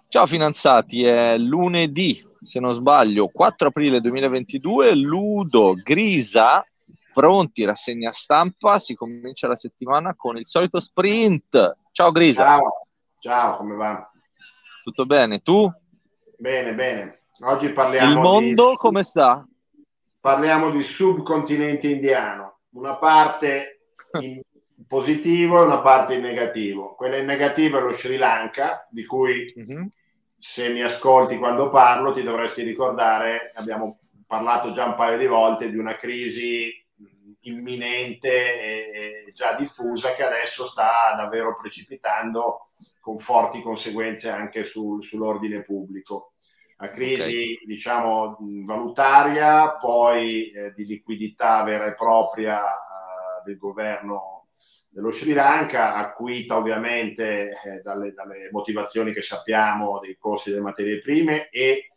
Ciao finanziati, è lunedì, se non sbaglio, 4 aprile 2022, Ludo, Grisa, pronti, rassegna stampa, si comincia la settimana con il solito sprint. Ciao Grisa, Ciao, ciao, come va? tutto bene? Tu? Bene, bene. Oggi Il mondo come sta? parliamo di subcontinente indiano, una parte in positivo e una parte in negativo. Quella in negativo è lo Sri Lanka, di cui Mhm. se mi ascolti quando parlo ti dovresti ricordare, abbiamo parlato già un paio di volte di una crisi imminente e già diffusa che adesso sta davvero precipitando con forti conseguenze anche sull'ordine pubblico. A Ok, crisi, diciamo, valutaria, poi di liquidità vera e propria del governo dello Sri Lanka, acuita ovviamente dalle motivazioni che sappiamo dei costi delle materie prime e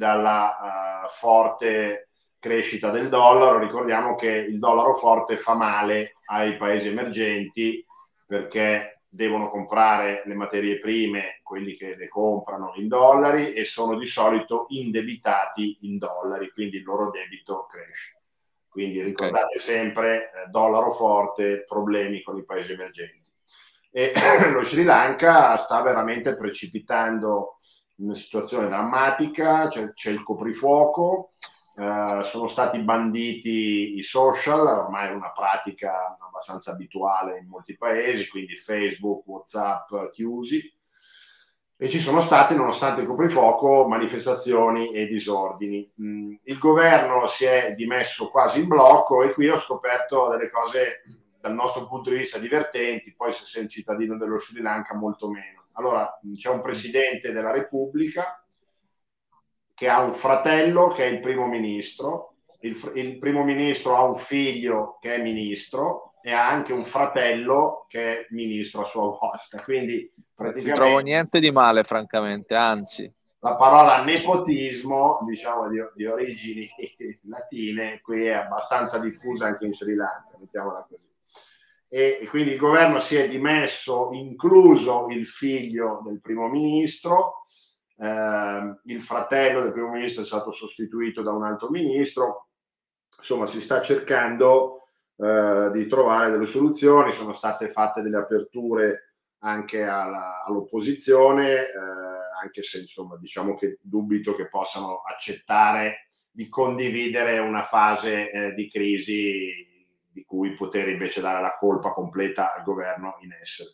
dalla forte crescita del dollaro. Ricordiamo che il dollaro forte fa male ai paesi emergenti perché devono comprare le materie prime, quelli che le comprano in dollari, e sono di solito indebitati in dollari, quindi il loro debito cresce. Quindi ok. ricordate sempre, dollaro forte, problemi con i paesi emergenti. E lo Sri Lanka sta veramente precipitando in una situazione drammatica, c'è il coprifuoco, sono stati banditi i social, ormai è una pratica abbastanza abituale in molti paesi, quindi Facebook, WhatsApp chiusi, e ci sono state, nonostante il coprifuoco, manifestazioni e disordini. Il governo si è dimesso quasi in blocco e qui ho scoperto delle cose dal nostro punto di vista divertenti, poi se sei un cittadino dello Sri Lanka molto meno. Allora, c'è un presidente della Repubblica che ha un fratello che è il primo ministro, il primo ministro ha un figlio che è ministro e ha anche un fratello che è ministro a sua volta, quindi Non ci trovo praticamente niente di male, francamente, anzi. la parola nepotismo, diciamo di origini latine, qui è abbastanza diffusa anche in Sri Lanka, mettiamola così. E quindi il governo si è dimesso, incluso il figlio del primo ministro, il fratello del primo ministro è stato sostituito da un altro ministro, insomma si sta cercando di trovare delle soluzioni, sono state fatte delle aperture anche all'opposizione, anche se insomma diciamo che dubito che possano accettare di condividere una fase di crisi di cui poter invece dare la colpa completa al governo in essere.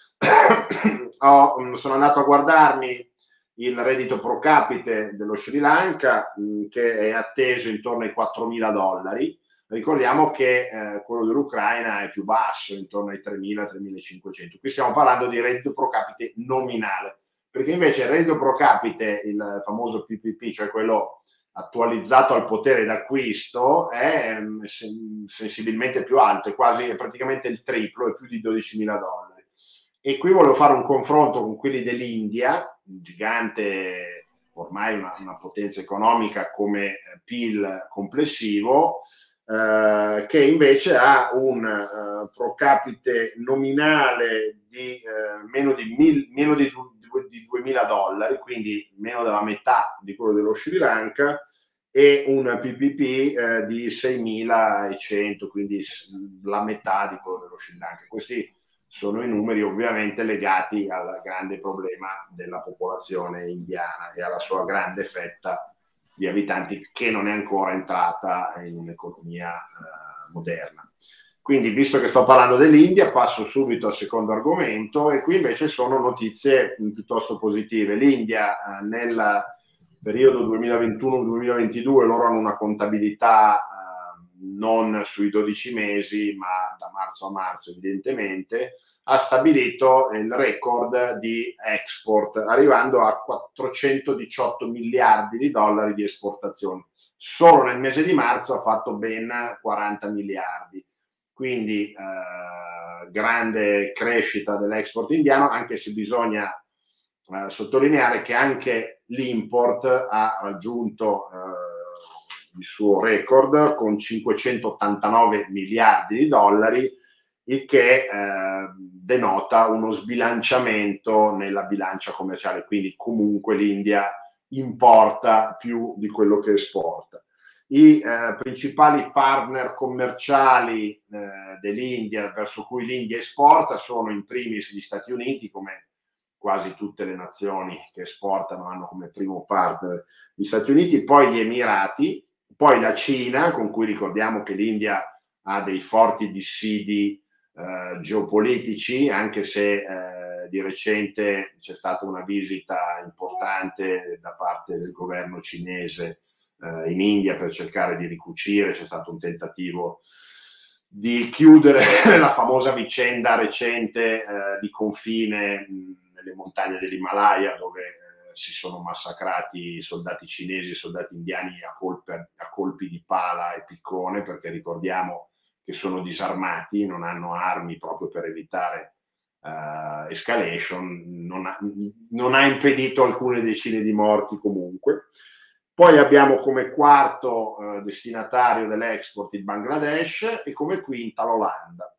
Sono andato a guardarmi il reddito pro capite dello Sri Lanka, che è atteso intorno ai $4.000. Ricordiamo che quello dell'Ucraina è più basso, intorno ai 3.000-3.500. Qui stiamo parlando di reddito pro capite nominale, perché invece il reddito pro capite, il famoso PPP, cioè quello attualizzato al potere d'acquisto, è sensibilmente più alto, è praticamente il triplo, è più di $12.000. E qui volevo fare un confronto con quelli dell'India, un gigante, ormai una potenza economica come PIL complessivo, che invece ha un pro capite nominale di meno di $2.000, quindi meno della metà di quello dello Sri Lanka, e un PPP di 6.100, quindi la metà di quello dello Sri Lanka. Questi sono i numeri ovviamente legati al grande problema della popolazione indiana e alla sua grande fetta di abitanti che non è ancora entrata in un'economia moderna. Quindi, visto che sto parlando dell'India, passo subito al secondo argomento, e qui invece sono notizie piuttosto positive. L'India nel periodo 2021-2022 loro hanno una contabilità non sui 12 mesi, ma da marzo a marzo evidentemente, ha stabilito il record di export, arrivando a 418 miliardi di dollari di esportazioni. Solo nel mese di marzo ha fatto ben 40 miliardi. Quindi grande crescita dell'export indiano, anche se bisogna sottolineare che anche l'import ha raggiunto il suo record con 589 miliardi di dollari, il che denota uno sbilanciamento nella bilancia commerciale, quindi comunque l'India importa più di quello che esporta. I principali partner commerciali dell'India, verso cui l'India esporta, sono in primis gli Stati Uniti, come quasi tutte le nazioni che esportano hanno come primo partner gli Stati Uniti, poi gli Emirati, poi la Cina, con cui ricordiamo che l'India ha dei forti dissidi geopolitici, anche se di recente c'è stata una visita importante da parte del governo cinese in India per cercare di ricucire, c'è stato un tentativo di chiudere la famosa vicenda recente di confine nelle montagne dell'Himalaya, dove si sono massacrati soldati cinesi e soldati indiani a colpi di pala e piccone, perché ricordiamo che sono disarmati, non hanno armi proprio per evitare escalation, non ha impedito alcune decine di morti comunque. Poi abbiamo come quarto destinatario dell'export il Bangladesh e come quinta l'Olanda.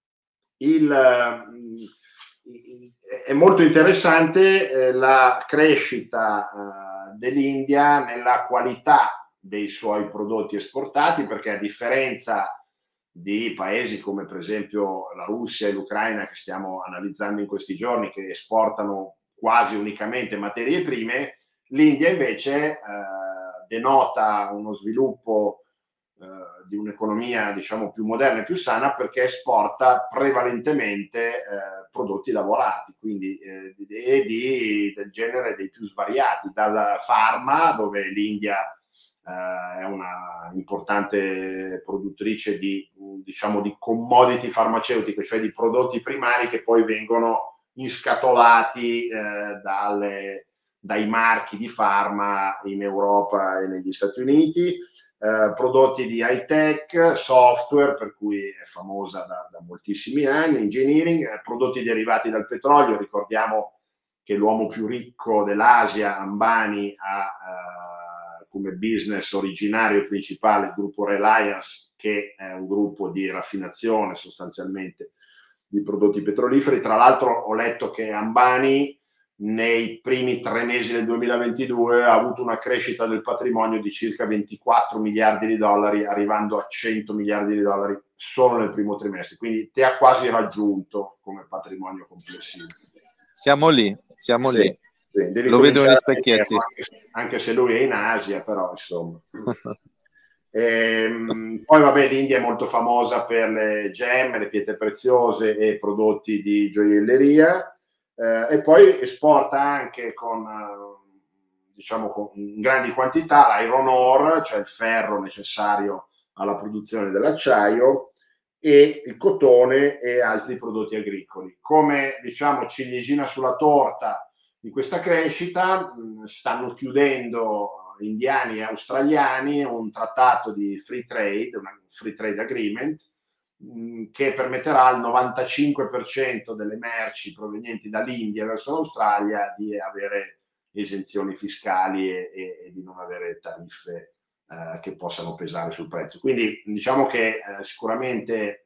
È molto interessante la crescita dell'India nella qualità dei suoi prodotti esportati, perché a differenza di paesi come per esempio la Russia e l'Ucraina, che stiamo analizzando in questi giorni, che esportano quasi unicamente materie prime, l'India invece denota uno sviluppo di un'economia diciamo più moderna e più sana, perché esporta prevalentemente prodotti lavorati, quindi del genere dei più svariati, dal pharma, dove l'India è una importante produttrice di, diciamo, di commodity farmaceutiche, cioè di prodotti primari che poi vengono inscatolati dai marchi di pharma in Europa e negli Stati Uniti, prodotti di high tech, software, per cui è famosa da moltissimi anni, engineering, prodotti derivati dal petrolio. Ricordiamo che l'uomo più ricco dell'Asia, Ambani, ha come business originario e principale il gruppo Reliance, che è un gruppo di raffinazione sostanzialmente di prodotti petroliferi. Tra l'altro ho letto che Ambani nei primi 3 mesi del 2022 ha avuto una crescita del patrimonio di circa 24 miliardi di dollari, arrivando a 100 miliardi di dollari solo nel primo trimestre, quindi ti ha quasi raggiunto come patrimonio complessivo. Siamo lì, siamo sì, lì. Sì, lo vedo negli specchietti. Anche se lui è in Asia, però insomma. Poi vabbè, l'India è molto famosa per le gemme, le pietre preziose e prodotti di gioielleria. E poi esporta anche diciamo con grandi quantità l'iron ore, cioè il ferro necessario alla produzione dell'acciaio, e il cotone e altri prodotti agricoli. Come diciamo ciliegina sulla torta di questa crescita, stanno chiudendo indiani e australiani un trattato di free trade, un free trade agreement, che permetterà al 95% delle merci provenienti dall'India verso l'Australia di avere esenzioni fiscali e di non avere tariffe che possano pesare sul prezzo. Quindi diciamo che sicuramente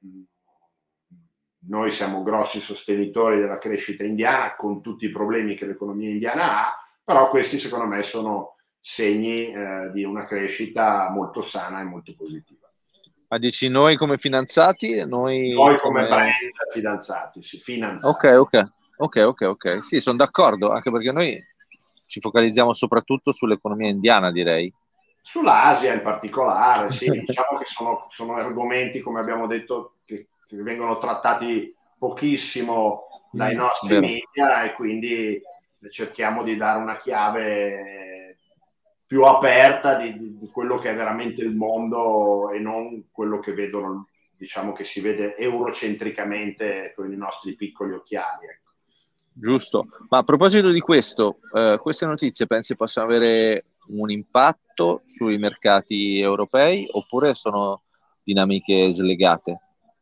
noi siamo grossi sostenitori della crescita indiana, con tutti i problemi che l'economia indiana ha, però questi secondo me sono segni di una crescita molto sana e molto positiva. Ma dici noi come fidanzati? Noi come brand fidanzati, sì, finanziati. Ok. Sì, sono d'accordo, anche perché noi ci focalizziamo soprattutto sull'economia indiana, direi. Sull'Asia in particolare, sì, diciamo che sono argomenti, come abbiamo detto, che vengono trattati pochissimo dai nostri media, e quindi cerchiamo di dare una chiave più aperta di quello che è veramente il mondo, e non quello che vedono, diciamo che si vede eurocentricamente con i nostri piccoli occhiali. Ecco. Giusto, ma a proposito di questo, queste notizie pensi possano avere un impatto sui mercati europei oppure sono dinamiche slegate?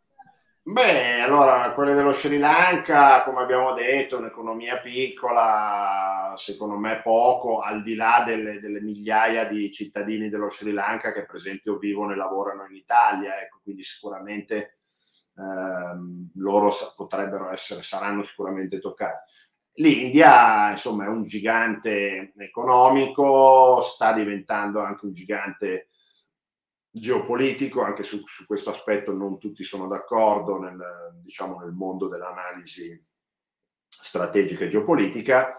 Beh, allora, quelle dello Sri Lanka, come abbiamo detto, è un'economia piccola, secondo me poco, al di là delle migliaia di cittadini dello Sri Lanka che per esempio vivono e lavorano in Italia, ecco, quindi sicuramente loro potrebbero saranno sicuramente toccati. L'India, insomma, è un gigante economico, sta diventando anche un gigante geopolitico, anche su questo aspetto non tutti sono d'accordo diciamo, nel mondo dell'analisi strategica e geopolitica.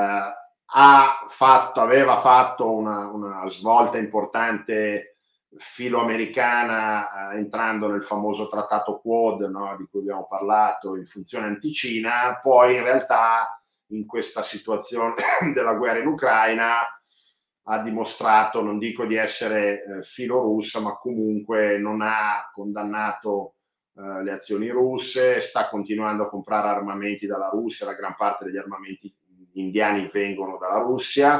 Aveva fatto una svolta importante filoamericana entrando nel famoso trattato Quad, no, di cui abbiamo parlato, in funzione anti-Cina. Poi in realtà in questa situazione della guerra in Ucraina ha dimostrato, non dico di essere filorussa, ma comunque non ha condannato le azioni russe, sta continuando a comprare armamenti dalla Russia, la gran parte degli armamenti indiani vengono dalla Russia,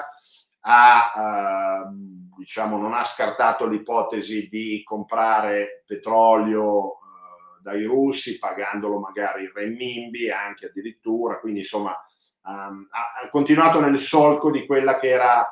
diciamo, non ha scartato l'ipotesi di comprare petrolio dai russi, pagandolo magari in renminbi, anche addirittura, quindi insomma ha continuato nel solco di quella che era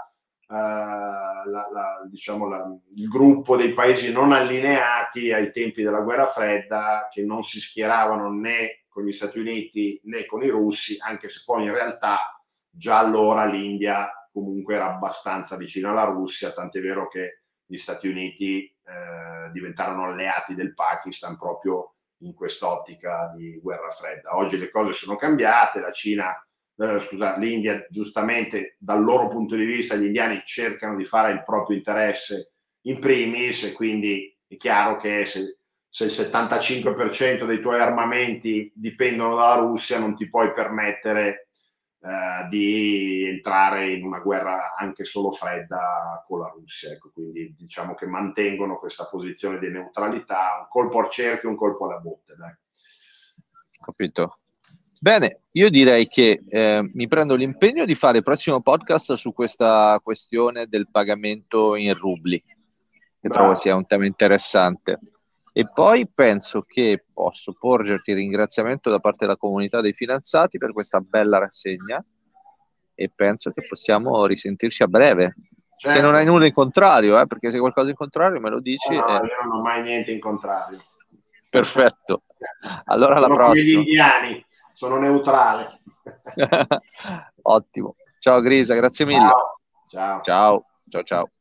diciamo il gruppo dei paesi non allineati ai tempi della guerra fredda, che non si schieravano né con gli Stati Uniti né con i russi, anche se poi in realtà già allora l'India comunque era abbastanza vicina alla Russia, tant'è vero che gli Stati Uniti diventarono alleati del Pakistan proprio in quest'ottica di guerra fredda. Oggi le cose sono cambiate, l'India, giustamente dal loro punto di vista, gli indiani cercano di fare il proprio interesse in primis, e quindi è chiaro che se il 75% dei tuoi armamenti dipendono dalla Russia, non ti puoi permettere di entrare in una guerra anche solo fredda con la Russia. Ecco, quindi diciamo che mantengono questa posizione di neutralità, un colpo al cerchio, un colpo alla botte. Dai. Capito. Bene, io direi che mi prendo l'impegno di fare il prossimo podcast su questa questione del pagamento in rubli, che trovo sia un tema interessante. E poi penso che posso porgerti il ringraziamento da parte della comunità dei finanziati per questa bella rassegna, e penso che possiamo risentirci a breve. Certo. Se non hai nulla in contrario, perché se hai qualcosa in contrario me lo dici. No, io non ho mai niente in contrario. Perfetto. Allora alla prossima. Come gli indiani. Sono neutrale. Ottimo. Ciao Grisa, grazie mille. Ciao. Ciao. Ciao. Ciao.